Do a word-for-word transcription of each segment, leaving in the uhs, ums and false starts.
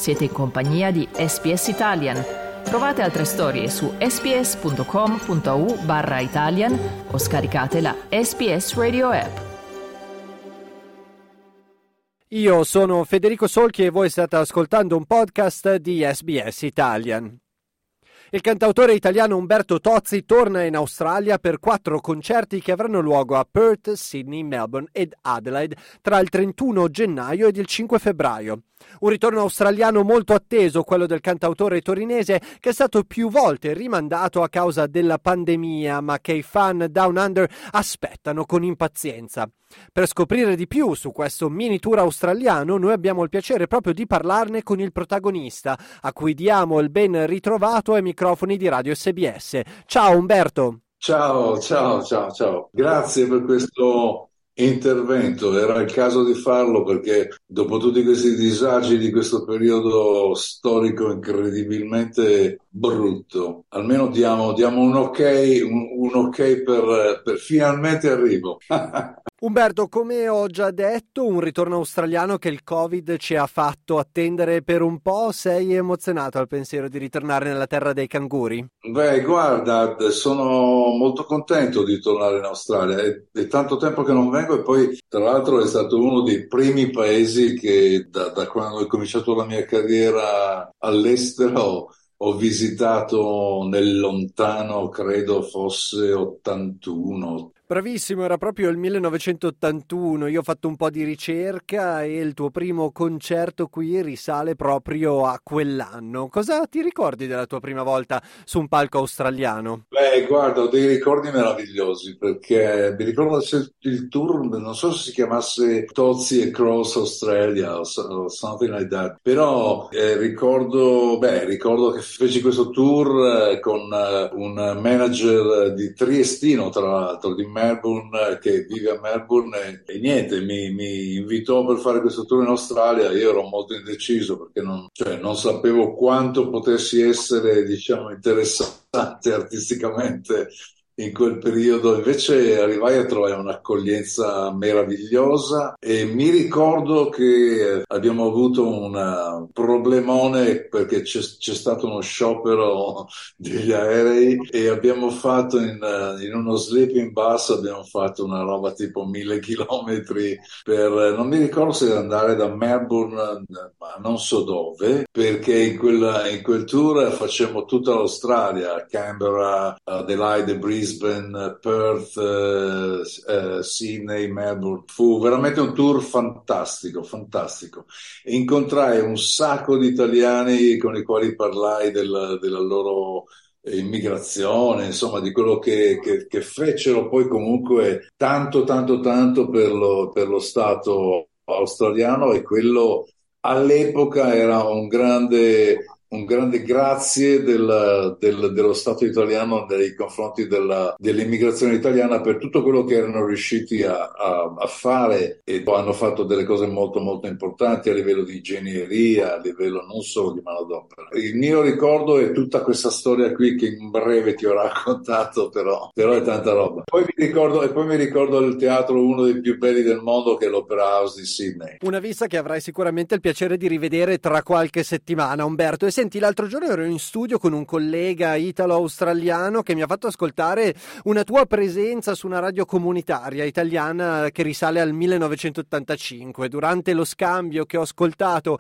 Siete in compagnia di S B S Italian. Trovate altre storie su sbs.com.au barra Italian o scaricate la S B S Radio app. Io sono Federico Solchi e voi state ascoltando un podcast di S B S Italian. Il cantautore italiano Umberto Tozzi torna in Australia per quattro concerti che avranno luogo a Perth, Sydney, Melbourne ed Adelaide tra il trentuno gennaio ed il cinque febbraio. Un ritorno australiano molto atteso, quello del cantautore torinese, che è stato più volte rimandato a causa della pandemia, ma che i fan Down Under aspettano con impazienza. Per scoprire di più su questo mini tour australiano, noi abbiamo il piacere proprio di parlarne con il protagonista, a cui diamo il ben ritrovato ai microfoni di Radio S B S. Ciao Umberto! Ciao, ciao, ciao, ciao. Grazie per questo intervento. Era il caso di farlo perché dopo tutti questi disagi di questo periodo storico incredibilmente brutto, almeno diamo, diamo un ok, un, un ok per, per finalmente arrivo. Umberto, come ho già detto, un ritorno australiano che il Covid ci ha fatto attendere per un po'. Sei emozionato al pensiero di ritornare nella terra dei canguri? Beh, guarda, sono molto contento di tornare in Australia. È, è tanto tempo che non vengo e poi, tra l'altro, è stato uno dei primi paesi che da, da quando ho cominciato la mia carriera all'estero ho visitato nel lontano, credo fosse ottantuno. Bravissimo, era proprio il millenovecentottantuno. Io ho fatto un po' di ricerca e il tuo primo concerto qui risale proprio a quell'anno. Cosa ti ricordi della tua prima volta su un palco australiano? Beh, guarda, ho dei ricordi meravigliosi perché mi ricordo il tour, non so se si chiamasse Tozzi e Cross Australia o something like that, però eh, ricordo, beh, ricordo che feci questo tour eh, con uh, un manager di triestino, tra l'altro, di Melbourne, che vive a Melbourne e, e niente, mi, mi invitò per fare questo tour in Australia. Io ero molto indeciso perché non, cioè, non sapevo quanto potessi essere, diciamo, interessante artisticamente in quel periodo. Invece arrivai a trovare un'accoglienza meravigliosa e mi ricordo che abbiamo avuto un problemone perché c'è, c'è stato uno sciopero degli aerei e abbiamo fatto in, in uno sleeping bus, abbiamo fatto una roba tipo mille chilometri per, non mi ricordo se andare da Melbourne, ma non so dove, perché in quel, in quel tour facemmo tutta l'Australia, Canberra, Adelaide, Brisbane, Brisbane, Perth, eh, eh, Sydney, Melbourne. Fu veramente un tour fantastico, fantastico. Incontrai un sacco di italiani con i quali parlai del, della loro immigrazione, insomma, di quello che, che, che fecero poi comunque tanto, tanto, tanto per lo, per lo Stato australiano, e quello all'epoca era un grande... un grande grazie del, del, dello Stato italiano nei confronti della, dell'immigrazione italiana per tutto quello che erano riusciti a, a, a fare, e hanno fatto delle cose molto molto importanti a livello di ingegneria, a livello non solo di manodopera. Il mio ricordo è tutta questa storia qui che in breve ti ho raccontato, però, però è tanta roba. Poi mi ricordo, e poi mi ricordo il teatro, uno dei più belli del mondo, che è l'Opera House di Sydney. Una vista che avrai sicuramente il piacere di rivedere tra qualche settimana, Umberto. E senti, l'altro giorno ero in studio con un collega italo-australiano che mi ha fatto ascoltare una tua presenza su una radio comunitaria italiana che risale al millenovecentottantacinque. Durante lo scambio che ho ascoltato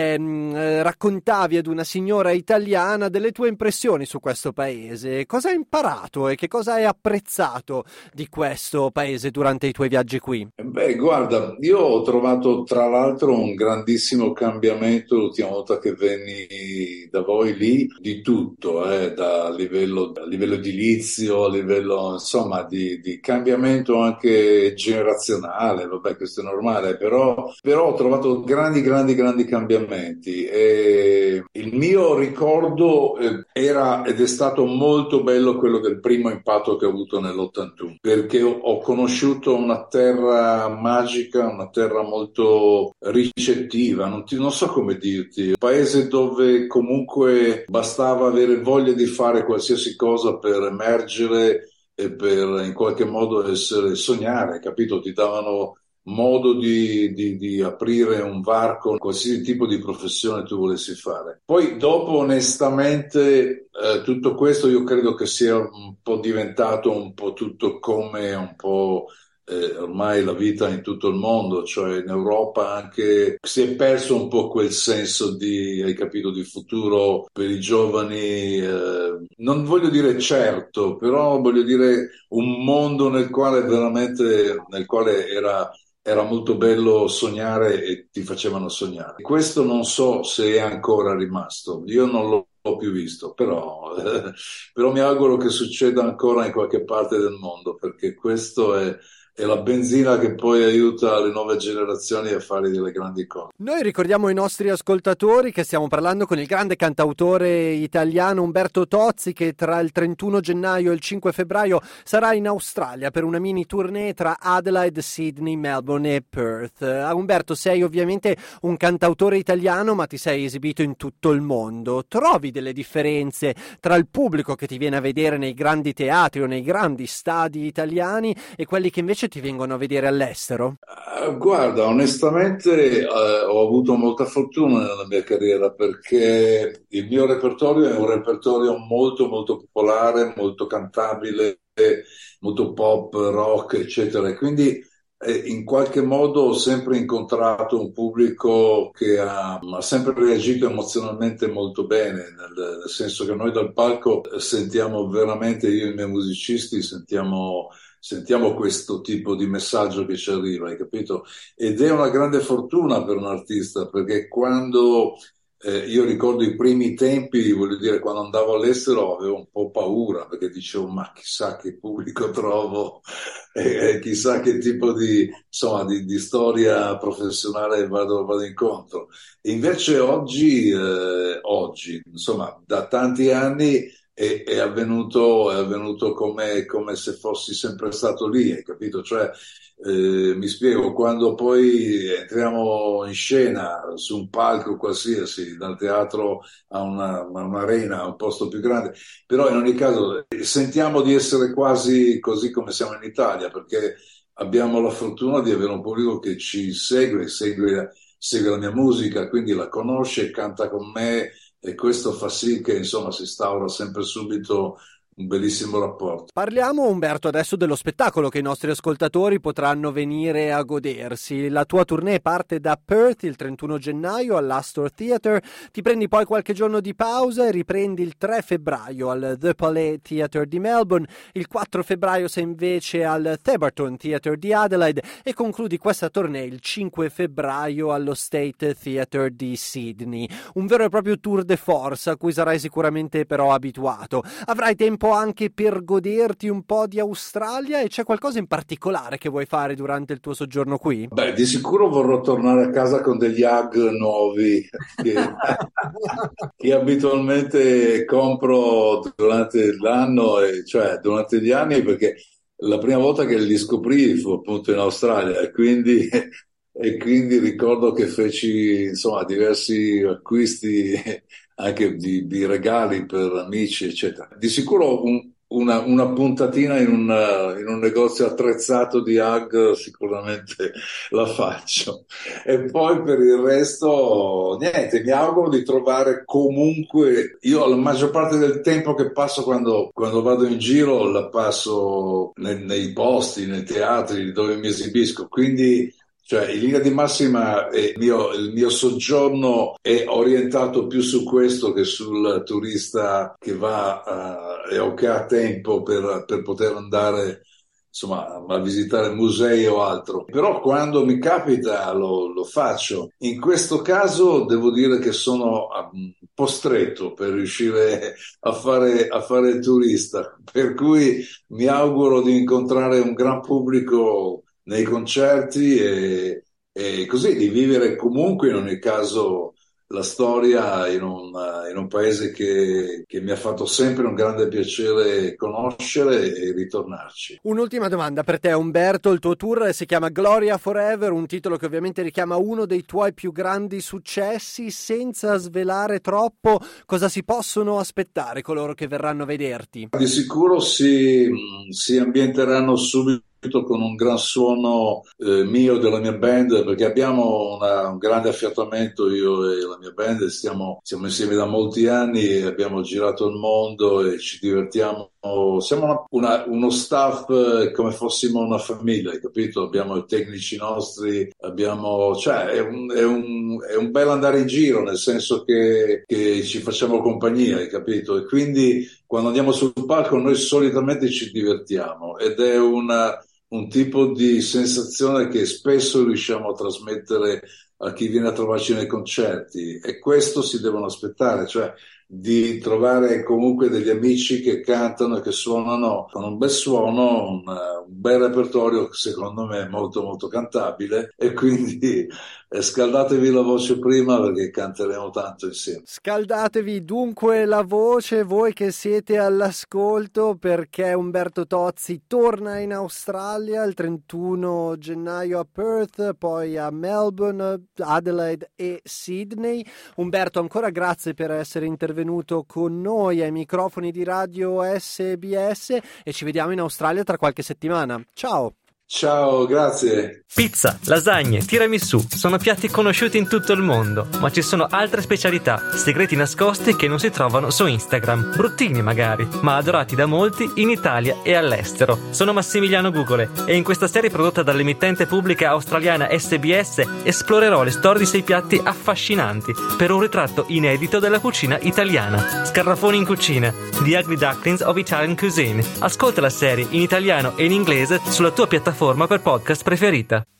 ehm, raccontavi ad una signora italiana delle tue impressioni su questo paese. Cosa hai imparato e che cosa hai apprezzato di questo paese durante i tuoi viaggi qui? Beh, guarda, io ho trovato tra l'altro un grandissimo cambiamento l'ultima volta che venni da voi lì, di tutto, eh, da livello, a livello edilizio, a livello insomma di, di cambiamento anche generazionale. Vabbè, questo è normale, però, però ho trovato grandi, grandi, grandi cambiamenti, e il mio ricordo eh, era ed è stato molto bello quello del primo impatto che ho avuto nell'ottantuno, perché ho, ho conosciuto una terra magica, una terra molto ricettiva, non, ti, non so come dirti, un paese dove comunque bastava avere voglia di fare qualsiasi cosa per emergere e per in qualche modo essere, sognare, capito? Ti davano modo di, di, di aprire un varco, qualsiasi tipo di professione tu volessi fare. Poi dopo, onestamente, eh, tutto questo io credo che sia un po' diventato un po' tutto come un po' eh, ormai la vita in tutto il mondo, cioè in Europa anche si è perso un po' quel senso di, hai capito, di futuro per i giovani, eh, non voglio dire certo, però voglio dire un mondo nel quale veramente, nel quale era era molto bello sognare e ti facevano sognare. Questo non so se è ancora rimasto, io non l'ho più visto, però, eh, però mi auguro che succeda ancora in qualche parte del mondo, perché questo è, è la benzina che poi aiuta le nuove generazioni a fare delle grandi cose. Noi ricordiamo ai nostri ascoltatori che stiamo parlando con il grande cantautore italiano Umberto Tozzi, che tra il trentuno gennaio e il cinque febbraio sarà in Australia per una mini tournée tra Adelaide, Sydney, Melbourne e Perth. Uh, Umberto, sei ovviamente un cantautore italiano, ma ti sei esibito in tutto il mondo. Trovi delle differenze tra il pubblico che ti viene a vedere nei grandi teatri o nei grandi stadi italiani e quelli che invece ti vengono a vedere all'estero? Uh, guarda, onestamente uh, ho avuto molta fortuna nella mia carriera, perché il mio repertorio è un repertorio molto molto popolare, molto cantabile, molto pop, rock, eccetera. E quindi eh, in qualche modo ho sempre incontrato un pubblico che ha, ha sempre reagito emozionalmente molto bene, nel, nel senso che noi dal palco sentiamo veramente, io e i miei musicisti sentiamo Sentiamo questo tipo di messaggio che ci arriva, hai capito? Ed è una grande fortuna per un artista, perché quando eh, io ricordo i primi tempi, voglio dire, quando andavo all'estero avevo un po' paura, perché dicevo, ma chissà che pubblico trovo, e, e chissà che tipo di, insomma, di, di storia professionale vado, vado incontro. E invece oggi, eh, oggi, insomma, da tanti anni, È, è avvenuto, è avvenuto come, come se fossi sempre stato lì, hai capito? Cioè, eh, mi spiego, quando poi entriamo in scena su un palco qualsiasi, dal teatro a, una, a un'arena, a un posto più grande, però in ogni caso sentiamo di essere quasi così come siamo in Italia, perché abbiamo la fortuna di avere un pubblico che ci segue, segue, segue la mia musica, quindi la conosce, canta con me, e questo fa sì che insomma si instaura sempre subito un bellissimo rapporto. Parliamo, Umberto, adesso dello spettacolo che i nostri ascoltatori potranno venire a godersi. La tua tournée parte da Perth il trentuno gennaio all'Astor Theatre, ti prendi poi qualche giorno di pausa e riprendi il tre febbraio al The Palais Theatre di Melbourne, il quattro febbraio sei invece al Thebarton Theatre di Adelaide e concludi questa tournée il cinque febbraio allo State Theatre di Sydney. Un vero e proprio tour de force a cui sarai sicuramente però abituato. Avrai tempo anche per goderti un po' di Australia, e c'è qualcosa in particolare che vuoi fare durante il tuo soggiorno qui? Beh, di sicuro vorrò tornare a casa con degli hug nuovi che, che abitualmente compro durante l'anno, e cioè durante gli anni, perché la prima volta che li scoprì fu appunto in Australia, e quindi, e quindi ricordo che feci insomma diversi acquisti anche di, di regali per amici, eccetera. Di sicuro un, una, una puntatina in un, in un negozio attrezzato di hug sicuramente la faccio. E poi per il resto, niente, mi auguro di trovare comunque, io la maggior parte del tempo che passo quando, quando vado in giro la passo nei, nei posti, nei teatri dove mi esibisco, quindi cioè, in linea di massima eh, il, mio, il mio soggiorno è orientato più su questo che sul turista che va uh, e o che ha tempo per, per poter andare insomma a visitare musei o altro. Però quando mi capita lo, lo faccio. In questo caso devo dire che sono un po' stretto per riuscire a fare, a fare il turista, per cui mi auguro di incontrare un gran pubblico nei concerti e, e così di vivere comunque in ogni caso la storia in un, in un paese che, che mi ha fatto sempre un grande piacere conoscere e ritornarci. Un'ultima domanda per te, Umberto. Il tuo tour si chiama Gloria Forever, un titolo che ovviamente richiama uno dei tuoi più grandi successi. Senza svelare troppo, cosa si possono aspettare coloro che verranno a vederti? Di sicuro si, si ambienteranno subito con un gran suono eh, mio, della mia band, perché abbiamo una, un grande affiatamento, io e la mia band, stiamo, siamo insieme da molti anni e abbiamo girato il mondo e ci divertiamo. Siamo una, una, uno staff eh, come fossimo una famiglia, hai capito? Abbiamo i tecnici nostri, abbiamo, cioè è un, è un, è un bel andare in giro, nel senso che, che ci facciamo compagnia, hai capito? E quindi quando andiamo sul palco noi solitamente ci divertiamo ed è una, un tipo di sensazione che spesso riusciamo a trasmettere a chi viene a trovarci nei concerti, e questo si devono aspettare, cioè di trovare comunque degli amici che cantano e che suonano con un bel suono, un, un bel repertorio che secondo me è molto molto cantabile, e quindi eh, scaldatevi la voce prima perché canteremo tanto insieme. Scaldatevi dunque la voce voi che siete all'ascolto, perché Umberto Tozzi torna in Australia il trentuno gennaio a Perth, poi a Melbourne, Adelaide e Sydney. Umberto, ancora grazie per essere intervenuto con noi ai microfoni di Radio S B S e ci vediamo in Australia tra qualche settimana. Ciao! Ciao, grazie. Pizza, lasagne, tiramisù sono piatti conosciuti in tutto il mondo, ma ci sono altre specialità, segreti nascosti che non si trovano su Instagram, bruttini magari, ma adorati da molti in Italia e all'estero. Sono Massimiliano Gugole e in questa serie prodotta dall'emittente pubblica australiana S B S esplorerò le storie di sei piatti affascinanti per un ritratto inedito della cucina italiana. Scarrafoni in cucina, The Ugly Ducklings of Italian Cuisine. Ascolta la serie in italiano e in inglese sulla tua piattaforma per podcast preferita.